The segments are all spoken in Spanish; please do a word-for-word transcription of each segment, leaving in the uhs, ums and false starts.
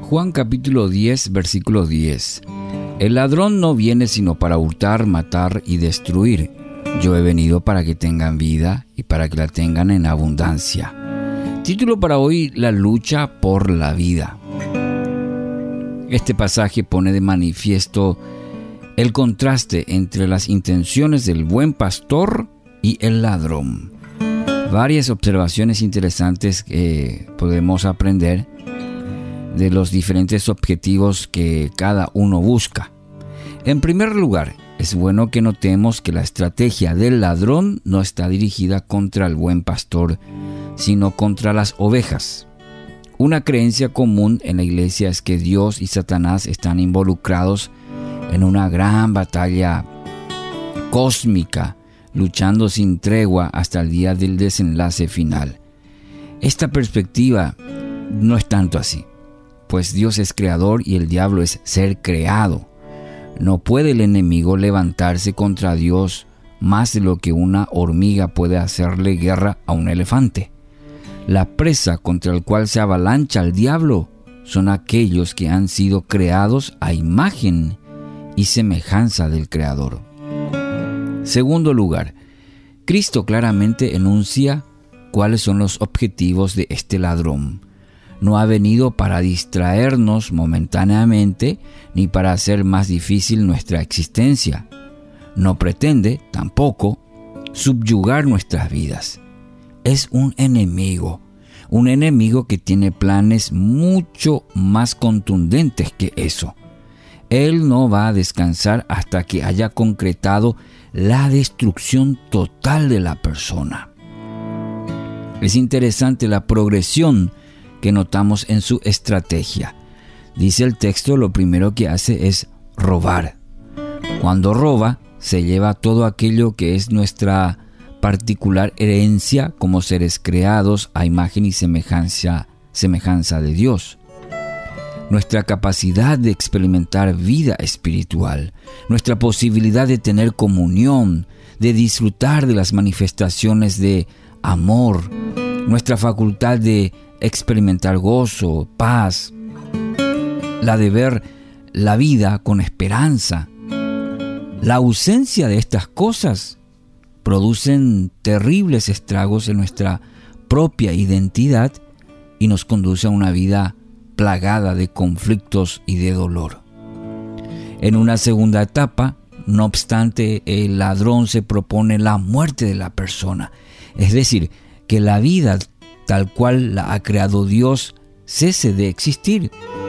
Juan capítulo diez, versículo diez. El ladrón no viene sino para hurtar, matar y destruir. Yo he venido para que tengan vida y para que la tengan en abundancia. Título para hoy: la lucha por la vida. Este pasaje pone de manifiesto el contraste entre las intenciones del buen pastor y el ladrón. Varias observaciones interesantes que podemos aprender de los diferentes objetivos que cada uno busca. En primer lugar, es bueno que notemos que la estrategia del ladrón no está dirigida contra el buen pastor, sino contra las ovejas. Una creencia común en la iglesia es que Dios y Satanás están involucrados en una gran batalla cósmica, luchando sin tregua hasta el día del desenlace final. Esta perspectiva no es tanto así, pues Dios es creador y el diablo es ser creado. No puede el enemigo levantarse contra Dios más de lo que una hormiga puede hacerle guerra a un elefante. La presa contra el cual se avalancha el diablo son aquellos que han sido creados a imagen y semejanza del Creador. Segundo lugar, Cristo claramente enuncia cuáles son los objetivos de este ladrón. No ha venido para distraernos momentáneamente ni para hacer más difícil nuestra existencia. No pretende, tampoco, subyugar nuestras vidas. Es un enemigo, un enemigo que tiene planes mucho más contundentes que eso. Él no va a descansar hasta que haya concretado la destrucción total de la persona. Es interesante la progresión que notamos en su estrategia. Dice el texto, lo primero que hace es robar. Cuando roba, se lleva todo aquello que es nuestra particular herencia como seres creados a imagen y semejanza, semejanza de Dios. Nuestra capacidad de experimentar vida espiritual, nuestra posibilidad de tener comunión, de disfrutar de las manifestaciones de amor, nuestra facultad de experimentar gozo, paz, la de ver la vida con esperanza. La ausencia de estas cosas producen terribles estragos en nuestra propia identidad y nos conduce a una vida plagada de conflictos y de dolor. En una segunda etapa, no obstante, el ladrón se propone la muerte de la persona, es decir, que la vida tal cual la ha creado Dios cese de existir.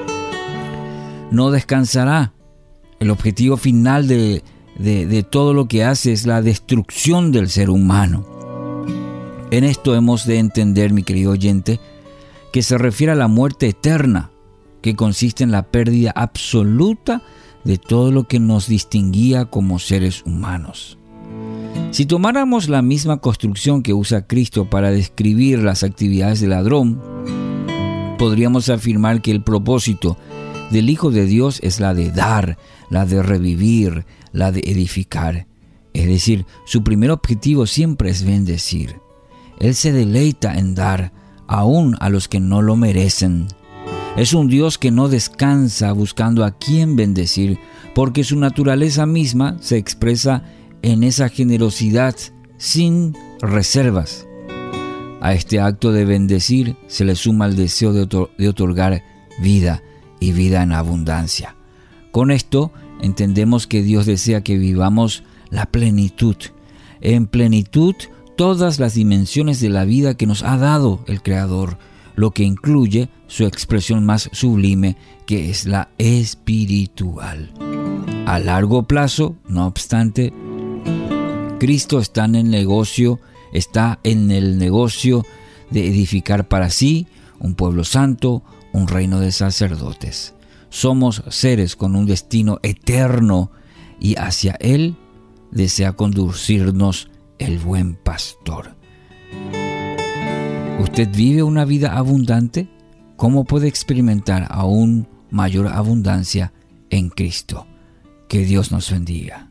No descansará. El objetivo final de, de, de todo lo que hace es la destrucción del ser humano. En esto hemos de entender, mi querido oyente, que se refiere a la muerte eterna, que consiste en la pérdida absoluta de todo lo que nos distinguía como seres humanos. Si tomáramos la misma construcción que usa Cristo para describir las actividades del ladrón, podríamos afirmar que el propósito del Hijo de Dios es la de dar, la de revivir, la de edificar. Es decir, su primer objetivo siempre es bendecir. Él se deleita en dar, aún a los que no lo merecen. Es un Dios que no descansa buscando a quién bendecir, porque su naturaleza misma se expresa en esa generosidad sin reservas. A este acto de bendecir se le suma el deseo de, otor- de otorgar vida y vida en abundancia. Con esto entendemos que Dios desea que vivamos la plenitud. En plenitud todas las dimensiones de la vida que nos ha dado el Creador, lo que incluye su expresión más sublime, que es la espiritual. A largo plazo, no obstante, Cristo está en el negocio, está en el negocio de edificar para sí un pueblo santo, un reino de sacerdotes. Somos seres con un destino eterno y hacia Él desea conducirnos el buen pastor. ¿Usted vive una vida abundante? ¿Cómo puede experimentar aún mayor abundancia en Cristo? Que Dios nos bendiga.